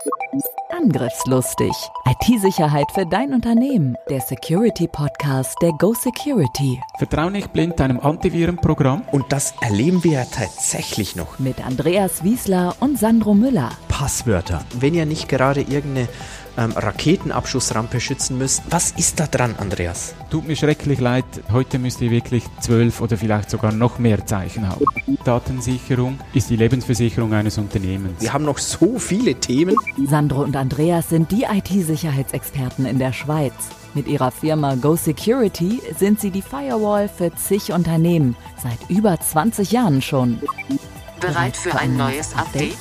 Angriffslustig. IT-Sicherheit für dein Unternehmen. Der Security-Podcast der Go Security. Vertrau nicht blind deinem Antivirenprogramm. Und das erleben wir ja tatsächlich noch. Mit Andreas Wiesler und Sandro Müller. Passwörter. Wenn ihr nicht gerade irgendeine Raketenabschussrampe schützen müsst, was ist da dran, Andreas? Tut mir schrecklich leid, heute müsst ihr wirklich 12 oder vielleicht sogar noch mehr Zeichen haben. Datensicherung ist die Lebensversicherung eines Unternehmens. Wir haben noch so viele Themen. Sandro und Andreas sind die IT-Sicherheitsexperten in der Schweiz. Mit ihrer Firma Go Security sind sie die Firewall für zig Unternehmen. Seit über 20 Jahren schon. Bereit für ein neues Update?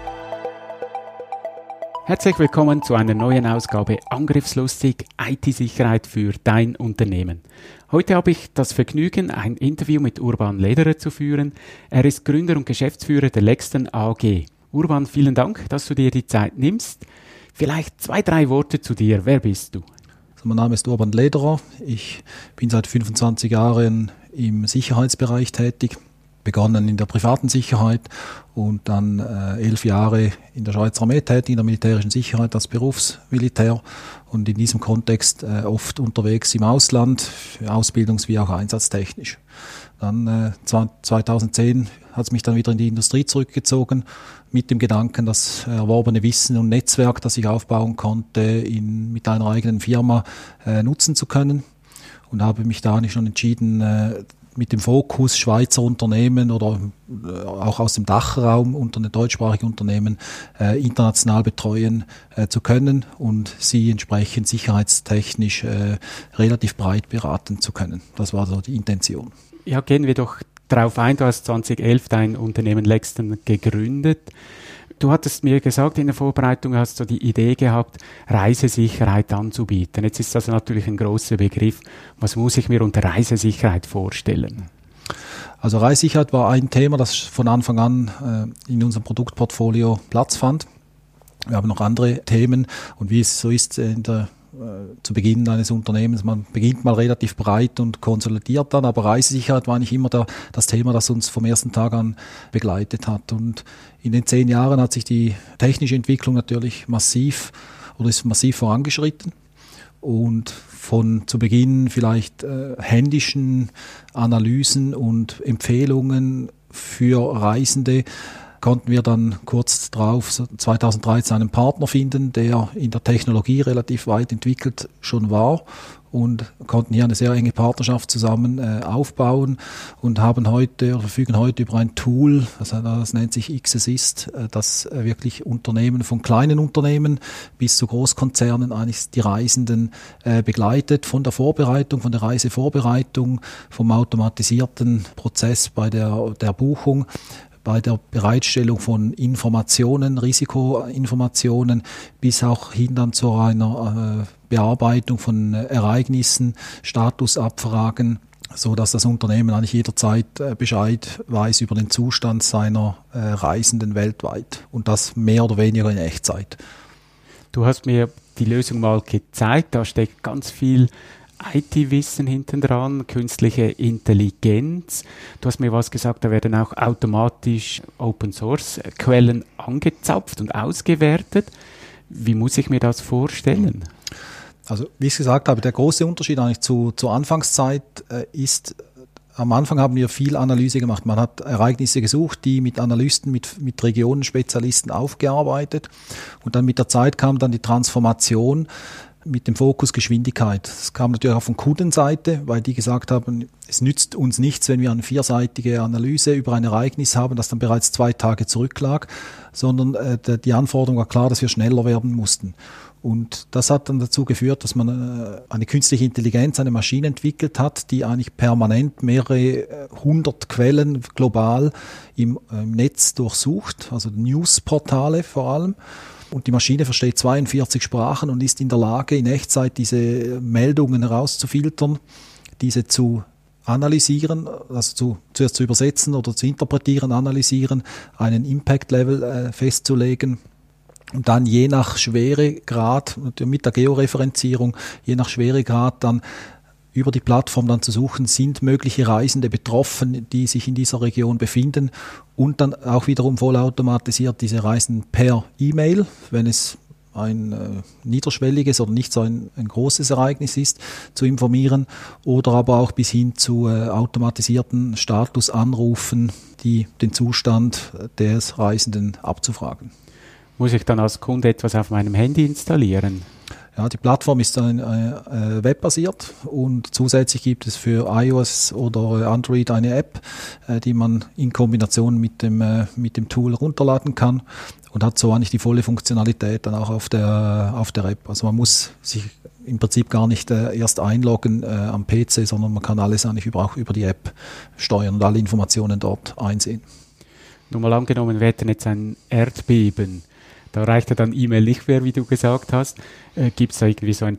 Herzlich willkommen zu einer neuen Ausgabe Angriffslustig IT-Sicherheit für dein Unternehmen. Heute habe ich das Vergnügen, ein Interview mit Urban Lederer zu führen. Er ist Gründer und Geschäftsführer der Lexten AG. Urban, vielen Dank, dass du dir die Zeit nimmst. Vielleicht 2-3 Worte zu dir. Wer bist du? Mein Name ist Urban Lederer. Ich bin seit 25 Jahren im Sicherheitsbereich tätig. Begonnen in der privaten Sicherheit und dann 11 Jahre in der Schweizer Armee tätig, in der militärischen Sicherheit als Berufsmilitär und in diesem Kontext oft unterwegs im Ausland, ausbildungs- wie auch einsatztechnisch. Dann 2010 hat es mich dann wieder in die Industrie zurückgezogen, mit dem Gedanken, das erworbene Wissen und Netzwerk, das ich aufbauen konnte, mit einer eigenen Firma nutzen zu können, und habe mich da schon entschieden, mit dem Fokus Schweizer Unternehmen oder auch aus dem Dachraum unter den deutschsprachigen Unternehmen international betreuen zu können und sie entsprechend sicherheitstechnisch relativ breit beraten zu können. Das war so die Intention. Ja, gehen wir doch darauf ein. Du hast 2011 dein Unternehmen Lexten gegründet. Du hattest mir gesagt, in der Vorbereitung hast du die Idee gehabt, Reisesicherheit anzubieten. Jetzt ist das natürlich ein großer Begriff. Was muss ich mir unter Reisesicherheit vorstellen? Also Reisesicherheit war ein Thema, das von Anfang an in unserem Produktportfolio Platz fand. Wir haben noch andere Themen, und wie es so ist zu Beginn eines Unternehmens, man beginnt mal relativ breit und konsolidiert dann, aber Reisesicherheit war eigentlich immer das Thema, das uns vom ersten Tag an begleitet hat. Und in den 10 Jahren hat sich die technische Entwicklung natürlich ist massiv vorangeschritten. Und von zu Beginn vielleicht händischen Analysen und Empfehlungen für Reisende konnten wir dann kurz darauf 2013 einen Partner finden, der in der Technologie relativ weit entwickelt schon war, und konnten hier eine sehr enge Partnerschaft zusammen aufbauen und verfügen heute über ein Tool, das nennt sich X-Assist, das wirklich Unternehmen, von kleinen Unternehmen bis zu Großkonzernen eigentlich die Reisenden begleitet, von der Reisevorbereitung, vom automatisierten Prozess bei der Buchung, bei der Bereitstellung von Informationen, Risikoinformationen, bis auch hin dann zu einer Bearbeitung von Ereignissen, Statusabfragen, so dass das Unternehmen eigentlich jederzeit Bescheid weiß über den Zustand seiner Reisenden weltweit, und das mehr oder weniger in Echtzeit. Du hast mir die Lösung mal gezeigt, da steckt ganz viel IT-Wissen hinten dran, künstliche Intelligenz. Du hast mir was gesagt, da werden auch automatisch Open-Source-Quellen angezapft und ausgewertet. Wie muss ich mir das vorstellen? Also wie ich gesagt habe, der große Unterschied eigentlich zur Anfangszeit ist, am Anfang haben wir viel Analyse gemacht. Man hat Ereignisse gesucht, die mit Analysten, mit Regionenspezialisten aufgearbeitet, und dann mit der Zeit kam dann die Transformation mit dem Fokus Geschwindigkeit. Das kam natürlich auch von Kundenseite, weil die gesagt haben, es nützt uns nichts, wenn wir eine 4-seitige Analyse über ein Ereignis haben, das dann bereits 2 Tage zurücklag, sondern die Anforderung war klar, dass wir schneller werden mussten. Und das hat dann dazu geführt, dass man eine künstliche Intelligenz, eine Maschine entwickelt hat, die eigentlich permanent mehrere 100 Quellen global im Netz durchsucht, also Newsportale vor allem. Und die Maschine versteht 42 Sprachen und ist in der Lage, in Echtzeit diese Meldungen herauszufiltern, diese zu analysieren, also zuerst zu übersetzen oder zu interpretieren, analysieren, einen Impact-Level festzulegen. Und dann je nach Schweregrad, mit der Georeferenzierung, je nach Schweregrad dann über die Plattform dann zu suchen, sind mögliche Reisende betroffen, die sich in dieser Region befinden, und dann auch wiederum vollautomatisiert diese Reisen per E-Mail, wenn es ein niederschwelliges oder nicht so ein großes Ereignis ist, zu informieren, oder aber auch bis hin zu automatisierten Statusanrufen, die den Zustand des Reisenden abzufragen. Muss ich dann als Kunde etwas auf meinem Handy installieren? Ja, die Plattform ist dann webbasiert, und zusätzlich gibt es für iOS oder Android eine App, die man in Kombination mit dem Tool runterladen kann, und hat so eigentlich die volle Funktionalität dann auch auf der App. Also man muss sich im Prinzip gar nicht erst einloggen am PC, sondern man kann alles eigentlich auch über die App steuern und alle Informationen dort einsehen. Nur mal angenommen, wir hätten jetzt ein Erdbeben. Da reicht ja dann E-Mail nicht mehr, wie du gesagt hast. Gibt es da irgendwie so ein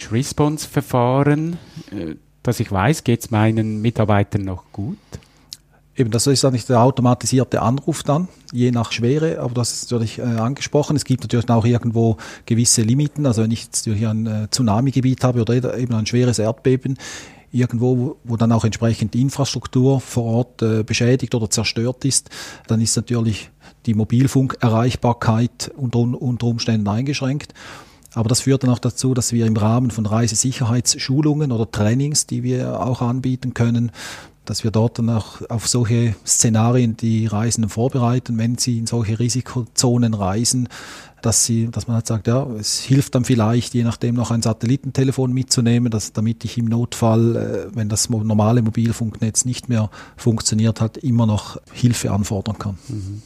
Challenge-Response-Verfahren, dass ich weiß, geht es meinen Mitarbeitern noch gut? Eben, das ist eigentlich der automatisierte Anruf dann, je nach Schwere, aber das ist natürlich angesprochen. Es gibt natürlich auch irgendwo gewisse Limiten. Also wenn ich jetzt hier ein Tsunami-Gebiet habe oder eben ein schweres Erdbeben, irgendwo, wo dann auch entsprechend die Infrastruktur vor Ort beschädigt oder zerstört ist, dann ist natürlich die Mobilfunkerreichbarkeit unter Umständen eingeschränkt. Aber das führt dann auch dazu, dass wir im Rahmen von Reisesicherheitsschulungen oder Trainings, die wir auch anbieten können, dass wir dort dann auch auf solche Szenarien die Reisenden vorbereiten, wenn sie in solche Risikozonen reisen, dass man halt sagt, ja, es hilft dann vielleicht, je nachdem noch ein Satellitentelefon mitzunehmen, damit ich im Notfall, wenn das normale Mobilfunknetz nicht mehr funktioniert hat, immer noch Hilfe anfordern kann. Mhm.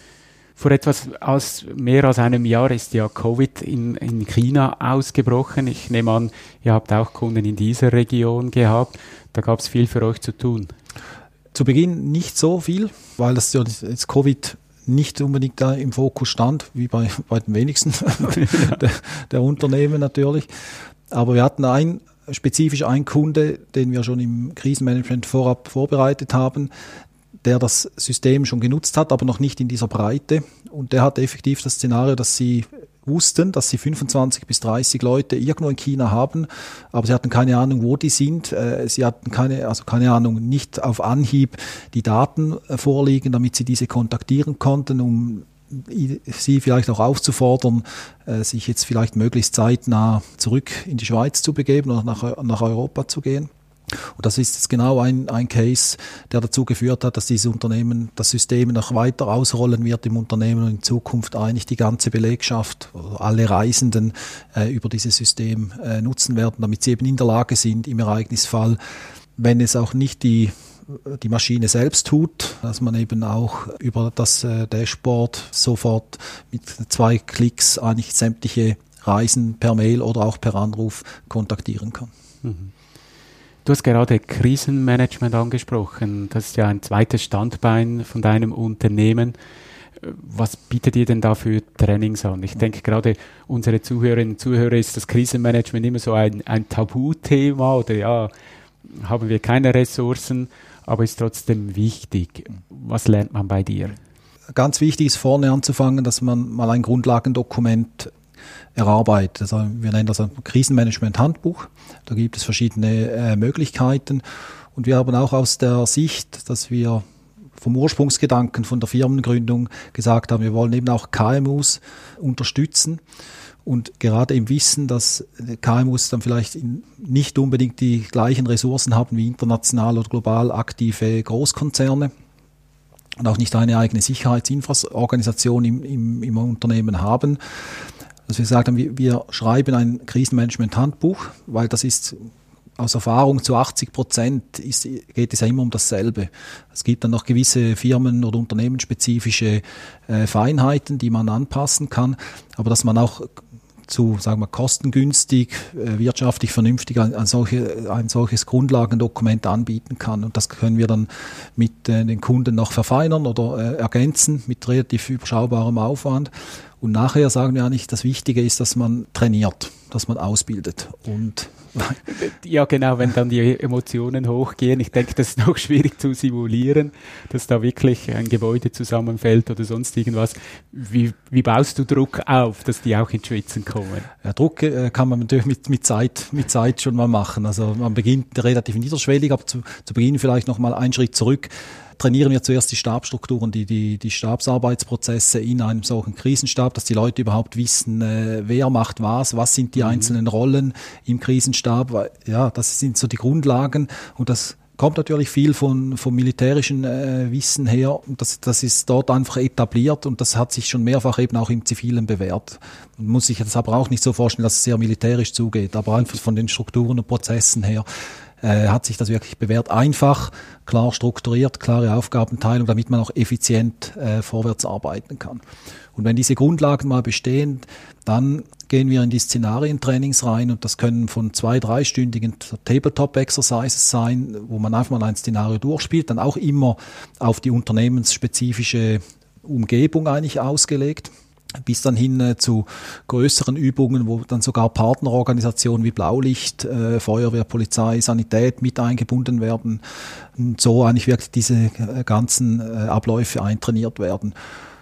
Vor etwas mehr als einem Jahr ist ja Covid in China ausgebrochen. Ich nehme an, ihr habt auch Kunden in dieser Region gehabt. Da gab es viel für euch zu tun. Zu Beginn nicht so viel, weil das jetzt Covid nicht unbedingt da im Fokus stand, wie bei den wenigsten der Unternehmen natürlich. Aber wir hatten spezifisch einen Kunde, den wir schon im Krisenmanagement vorab vorbereitet haben, der das System schon genutzt hat, aber noch nicht in dieser Breite. Und der hat effektiv das Szenario, dass sie wussten, dass sie 25 bis 30 Leute irgendwo in China haben, aber sie hatten keine Ahnung, wo die sind. Sie hatten keine Ahnung, nicht auf Anhieb die Daten vorliegen, damit sie diese kontaktieren konnten, um sie vielleicht auch aufzufordern, sich jetzt vielleicht möglichst zeitnah zurück in die Schweiz zu begeben oder nach Europa zu gehen. Und das ist jetzt genau ein Case, der dazu geführt hat, dass dieses Unternehmen das System noch weiter ausrollen wird im Unternehmen und in Zukunft eigentlich die ganze Belegschaft, alle Reisenden über dieses System nutzen werden, damit sie eben in der Lage sind, im Ereignisfall, wenn es auch nicht die Maschine selbst tut, dass man eben auch über das Dashboard sofort mit 2 Klicks eigentlich sämtliche Reisen per Mail oder auch per Anruf kontaktieren kann. Mhm. Du hast gerade Krisenmanagement angesprochen. Das ist ja ein zweites Standbein von deinem Unternehmen. Was bietet ihr denn da für Trainings an? Ich denke, gerade unsere Zuhörerinnen und Zuhörer ist das Krisenmanagement immer so ein Tabuthema oder ja, haben wir keine Ressourcen, aber ist trotzdem wichtig. Was lernt man bei dir? Ganz wichtig ist vorne anzufangen, dass man mal ein Grundlagendokument erarbeitet. Also wir nennen das ein Krisenmanagement-Handbuch. Da gibt es verschiedene Möglichkeiten. Und wir haben auch aus der Sicht, dass wir vom Ursprungsgedanken von der Firmengründung gesagt haben, wir wollen eben auch KMUs unterstützen. Und gerade im Wissen, dass KMUs dann vielleicht nicht unbedingt die gleichen Ressourcen haben wie international oder global aktive Großkonzerne und auch nicht eine eigene Sicherheitsorganisation im Unternehmen haben, dass wir gesagt haben, wir schreiben ein Krisenmanagement-Handbuch, weil das ist aus Erfahrung zu 80% geht es ja immer um dasselbe. Es gibt dann noch gewisse Firmen- oder unternehmensspezifische Feinheiten, die man anpassen kann, aber dass man auch kostengünstig, wirtschaftlich vernünftig ein solches Grundlagendokument anbieten kann. Und das können wir dann mit den Kunden noch verfeinern oder ergänzen mit relativ überschaubarem Aufwand. Und nachher sagen wir eigentlich, das Wichtige ist, dass man trainiert, dass man ausbildet. Und ja, genau, wenn dann die Emotionen hochgehen. Ich denke, das ist noch schwierig zu simulieren, dass da wirklich ein Gebäude zusammenfällt oder sonst irgendwas. Wie baust du Druck auf, dass die auch ins Schwitzen kommen? Ja, Druck kann man natürlich mit Zeit schon mal machen. Also man beginnt relativ niederschwellig, aber zu Beginn vielleicht noch mal einen Schritt zurück. Trainieren wir zuerst die Stabsstrukturen, die Stabsarbeitsprozesse in einem solchen Krisenstab, dass die Leute überhaupt wissen, wer macht was sind die einzelnen Rollen im Krisenstab. Ja, das sind so die Grundlagen und das kommt natürlich viel vom militärischen Wissen her. Das ist dort einfach etabliert und das hat sich schon mehrfach eben auch im Zivilen bewährt. Man muss sich das aber auch nicht so vorstellen, dass es sehr militärisch zugeht, aber einfach von den Strukturen und Prozessen her hat sich das wirklich bewährt. Einfach, klar strukturiert, klare Aufgabenteilung, damit man auch effizient vorwärts arbeiten kann. Und wenn diese Grundlagen mal bestehen, dann gehen wir in die Szenarientrainings rein und das können von 2-3-stündigen Tabletop-Exercises sein, wo man einfach mal ein Szenario durchspielt, dann auch immer auf die unternehmensspezifische Umgebung eigentlich ausgelegt. Bis dann hin zu größeren Übungen, wo dann sogar Partnerorganisationen wie Blaulicht, Feuerwehr, Polizei, Sanität mit eingebunden werden und so eigentlich wirklich diese ganzen Abläufe eintrainiert werden.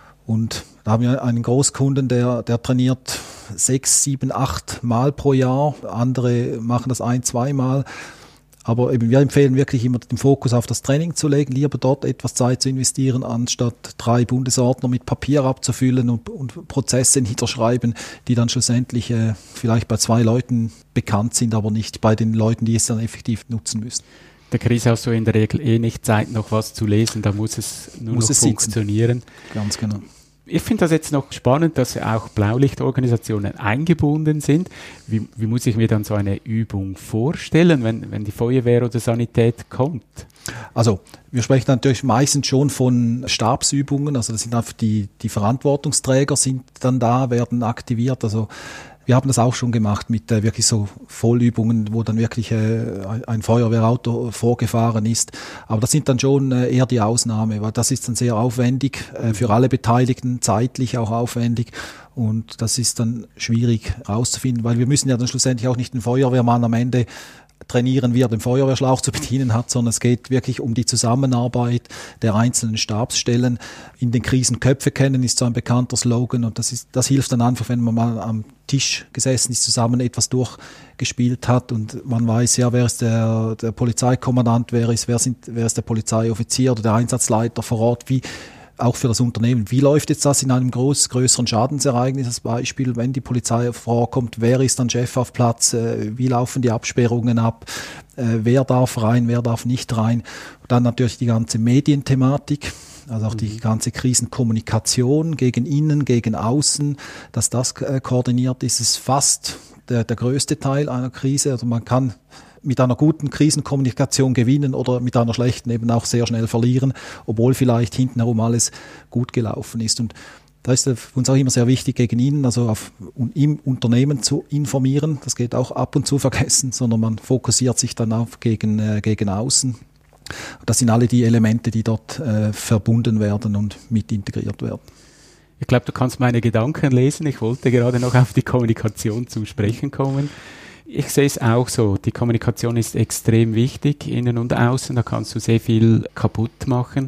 Und da haben wir einen Großkunden, der trainiert 6, 7, 8 Mal pro Jahr, andere machen das 1-2 Mal. Aber eben wir empfehlen wirklich immer den Fokus auf das Training zu legen, lieber dort etwas Zeit zu investieren, anstatt 3 Bundesordner mit Papier abzufüllen und Prozesse niederschreiben, die dann schlussendlich vielleicht bei 2 Leuten bekannt sind, aber nicht bei den Leuten, die es dann effektiv nutzen müssen. Der Krise hast du in der Regel nicht Zeit, noch was zu lesen, da muss es nur noch funktionieren. Ganz genau. Ich finde das jetzt noch spannend, dass auch Blaulichtorganisationen eingebunden sind. Wie muss ich mir dann so eine Übung vorstellen, wenn die Feuerwehr oder Sanität kommt? Also wir sprechen natürlich meistens schon von Stabsübungen, also das sind einfach die Verantwortungsträger sind dann da, werden aktiviert, also wir haben das auch schon gemacht mit wirklich so Vollübungen, wo dann wirklich ein Feuerwehrauto vorgefahren ist. Aber das sind dann schon eher die Ausnahme, weil das ist dann sehr aufwendig, für alle Beteiligten, zeitlich auch aufwendig. Und das ist dann schwierig herauszufinden, weil wir müssen ja dann schlussendlich auch nicht den Feuerwehrmann am Ende trainieren, wie er den Feuerwehrschlauch zu bedienen hat, sondern es geht wirklich um die Zusammenarbeit der einzelnen Stabsstellen. In den Krisen Köpfe kennen ist so ein bekannter Slogan und das hilft dann einfach, wenn man mal am Tisch gesessen ist, zusammen etwas durchgespielt hat und man weiß, ja, wer ist der Polizeikommandant, wer ist der Polizeioffizier oder der Einsatzleiter vor Ort, wie auch für das Unternehmen. Wie läuft jetzt das in einem größeren Schadensereignis? Als Beispiel, wenn die Polizei vorkommt, wer ist dann Chef auf Platz? Wie laufen die Absperrungen ab? Wer darf rein, wer darf nicht rein? Und dann natürlich die ganze Medienthematik, also auch die ganze Krisenkommunikation gegen innen, gegen außen, dass das koordiniert ist, ist fast der größte Teil einer Krise. Also man kann mit einer guten Krisenkommunikation gewinnen oder mit einer schlechten eben auch sehr schnell verlieren, obwohl vielleicht hintenherum alles gut gelaufen ist. Und da ist für uns auch immer sehr wichtig, gegen innen, also im Unternehmen zu informieren. Das geht auch ab und zu vergessen, sondern man fokussiert sich dann auf gegen außen. Das sind alle die Elemente, die dort verbunden werden und mit integriert werden. Ich glaube, du kannst meine Gedanken lesen. Ich wollte gerade noch auf die Kommunikation zu sprechen kommen. Ich sehe es auch so. Die Kommunikation ist extrem wichtig, innen und außen. Da kannst du sehr viel kaputt machen.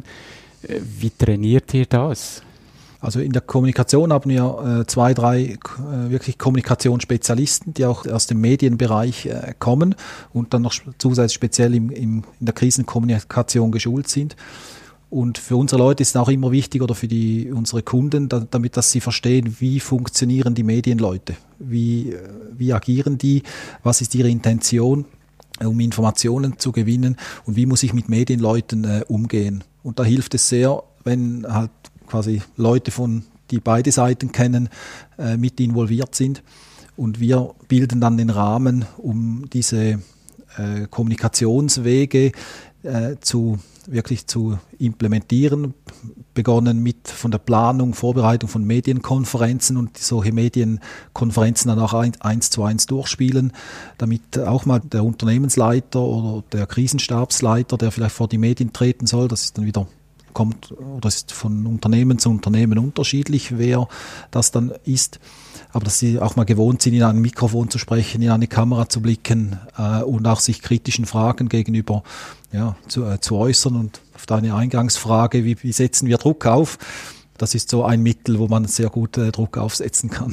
Wie trainiert ihr das? Also in der Kommunikation haben wir 2, 3 wirklich Kommunikationsspezialisten, die auch aus dem Medienbereich kommen und dann noch zusätzlich speziell in der Krisenkommunikation geschult sind. Und für unsere Leute ist es auch immer wichtig, oder für unsere Kunden, damit dass sie verstehen, wie funktionieren die Medienleute, wie agieren die, was ist ihre Intention, um Informationen zu gewinnen und wie muss ich mit Medienleuten umgehen. Und da hilft es sehr, wenn halt quasi Leute die beide Seiten kennen, mit involviert sind. Und wir bilden dann den Rahmen, um diese Kommunikationswege wirklich zu implementieren, begonnen von der Planung, Vorbereitung von Medienkonferenzen und solche Medienkonferenzen dann auch 1:1 durchspielen, damit auch mal der Unternehmensleiter oder der Krisenstabsleiter, der vielleicht vor die Medien treten soll, das ist dann wieder kommt oder ist von Unternehmen zu Unternehmen unterschiedlich, wer das dann ist. Aber dass sie auch mal gewohnt sind, in ein Mikrofon zu sprechen, in eine Kamera zu blicken und auch sich kritischen Fragen gegenüber zu äußern. Und auf deine Eingangsfrage, wie setzen wir Druck auf? Das ist so ein Mittel, wo man sehr gut Druck aufsetzen kann.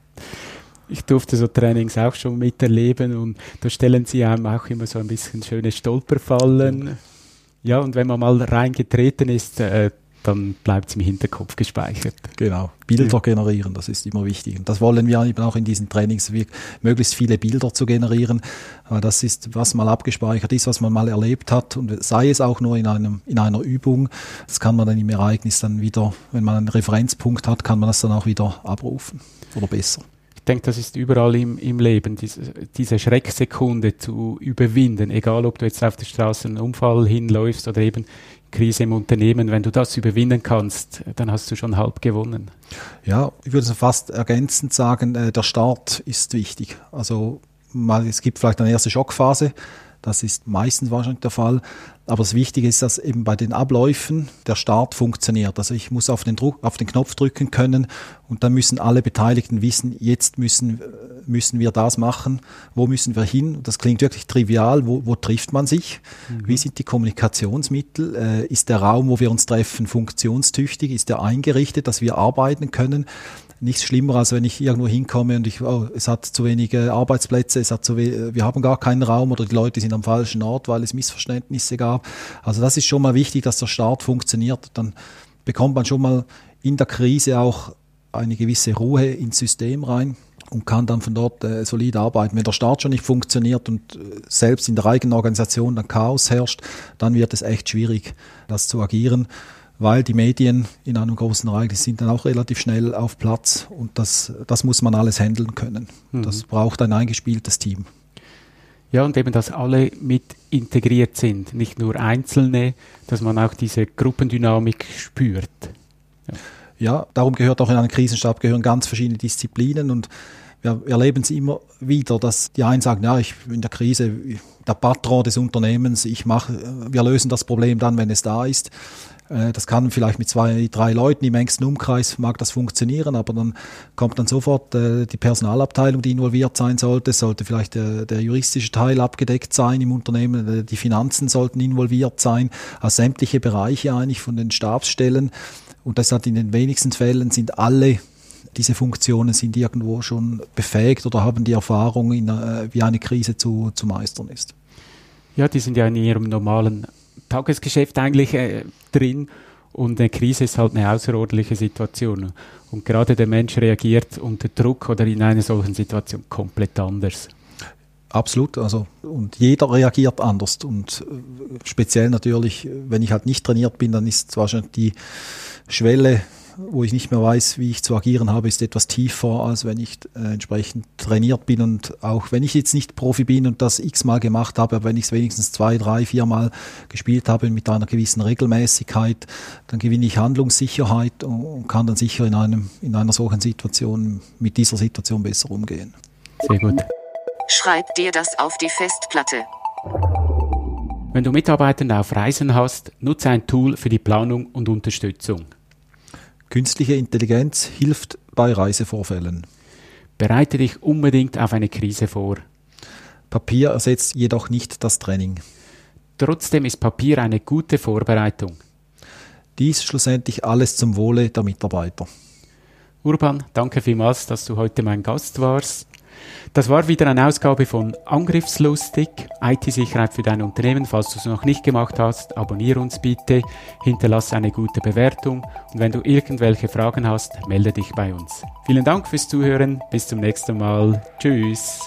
Ich durfte so Trainings auch schon miterleben und da stellen sie einem auch immer so ein bisschen schöne Stolperfallen. Ja, und wenn man mal reingetreten ist, dann bleibt es im Hinterkopf gespeichert. Genau, Bilder generieren, das ist immer wichtig. Und das wollen wir eben auch in diesen Trainings, möglichst viele Bilder zu generieren. Aber das ist, was mal abgespeichert ist, was man mal erlebt hat. Und sei es auch nur in einer Übung, das kann man dann im Ereignis dann wieder, wenn man einen Referenzpunkt hat, kann man das dann auch wieder abrufen oder besser. Ich denke, das ist überall im Leben, diese Schrecksekunde zu überwinden, egal ob du jetzt auf der Straße einen Unfall hinläufst oder eben Krise im Unternehmen. Wenn du das überwinden kannst, dann hast du schon halb gewonnen. Ja, ich würde fast ergänzend sagen, der Start ist wichtig. Also es gibt vielleicht eine erste Schockphase, das ist meistens wahrscheinlich der Fall. Aber das Wichtige ist, dass eben bei den Abläufen der Start funktioniert. Also ich muss auf den Knopf drücken können und dann müssen alle Beteiligten wissen, jetzt müssen wir das machen, wo müssen wir hin? Das klingt wirklich trivial, wo trifft man sich? Wie sind die Kommunikationsmittel? Ist der Raum, wo wir uns treffen, funktionstüchtig? Ist der eingerichtet, dass wir arbeiten können? Nichts schlimmer, als wenn ich irgendwo hinkomme und es hat zu wenige Arbeitsplätze, wir haben gar keinen Raum oder die Leute sind am falschen Ort, weil es Missverständnisse gab. Also das ist schon mal wichtig, dass der Start funktioniert. Dann bekommt man schon mal in der Krise auch eine gewisse Ruhe ins System rein und kann dann von dort solid arbeiten. Wenn der Start schon nicht funktioniert und selbst in der eigenen Organisation dann Chaos herrscht, dann wird es echt schwierig, das zu agieren. Weil die Medien in einem großen Ereignis sind dann auch relativ schnell auf Platz und das muss man alles handeln können. Das braucht ein eingespieltes Team. Ja, und eben, dass alle mit integriert sind, nicht nur Einzelne, dass man auch diese Gruppendynamik spürt. Ja, darum gehört auch in einen Krisenstab ganz verschiedene Disziplinen und wir erleben es immer wieder, dass die einen sagen, ja, ich bin in der Krise, der Patron des Unternehmens, wir lösen das Problem dann, wenn es da ist. Das kann vielleicht mit 2, 3 Leuten im engsten Umkreis mag das funktionieren, aber dann kommt dann sofort die Personalabteilung, die involviert sein sollte. Es sollte vielleicht der juristische Teil abgedeckt sein im Unternehmen, die Finanzen sollten involviert sein, also sämtliche Bereiche eigentlich von den Stabsstellen. Und das hat in den wenigsten Fällen sind alle diese Funktionen sind irgendwo schon befähigt oder haben die Erfahrung, wie eine Krise zu meistern ist. Ja, die sind ja in ihrem normalen Tagesgeschäft eigentlich drin und eine Krise ist halt eine außerordentliche Situation. Und gerade der Mensch reagiert unter Druck oder in einer solchen Situation komplett anders. Absolut, und jeder reagiert anders und speziell natürlich, wenn ich halt nicht trainiert bin, dann ist wahrscheinlich die Schwelle, wo ich nicht mehr weiß, wie ich zu agieren habe, ist etwas tiefer, als wenn ich entsprechend trainiert bin. Und auch wenn ich jetzt nicht Profi bin und das x-mal gemacht habe, aber wenn ich es wenigstens 2, 3, 4 Mal gespielt habe mit einer gewissen Regelmäßigkeit, dann gewinne ich Handlungssicherheit und kann dann sicher in einer solchen Situation, mit dieser Situation besser umgehen. Sehr gut. Schreib dir das auf die Festplatte. Wenn du Mitarbeitende auf Reisen hast, nutze ein Tool für die Planung und Unterstützung. Künstliche Intelligenz hilft bei Reisevorfällen. Bereite dich unbedingt auf eine Krise vor. Papier ersetzt jedoch nicht das Training. Trotzdem ist Papier eine gute Vorbereitung. Dies schlussendlich alles zum Wohle der Mitarbeiter. Urban, danke vielmals, dass du heute mein Gast warst. Das war wieder eine Ausgabe von Angriffslustig, IT-Sicherheit für dein Unternehmen. Falls du es noch nicht gemacht hast, abonniere uns bitte, hinterlasse eine gute Bewertung und wenn du irgendwelche Fragen hast, melde dich bei uns. Vielen Dank fürs Zuhören, bis zum nächsten Mal. Tschüss.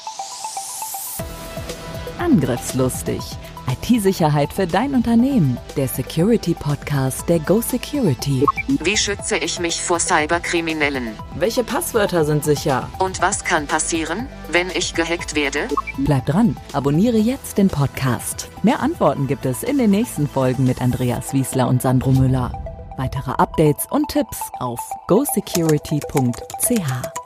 Angriffslustig. IT-Sicherheit für dein Unternehmen. Der Security-Podcast der Go Security. Wie schütze ich mich vor Cyberkriminellen? Welche Passwörter sind sicher? Und was kann passieren, wenn ich gehackt werde? Bleib dran, abonniere jetzt den Podcast. Mehr Antworten gibt es in den nächsten Folgen mit Andreas Wiesler und Sandro Müller. Weitere Updates und Tipps auf gosecurity.ch.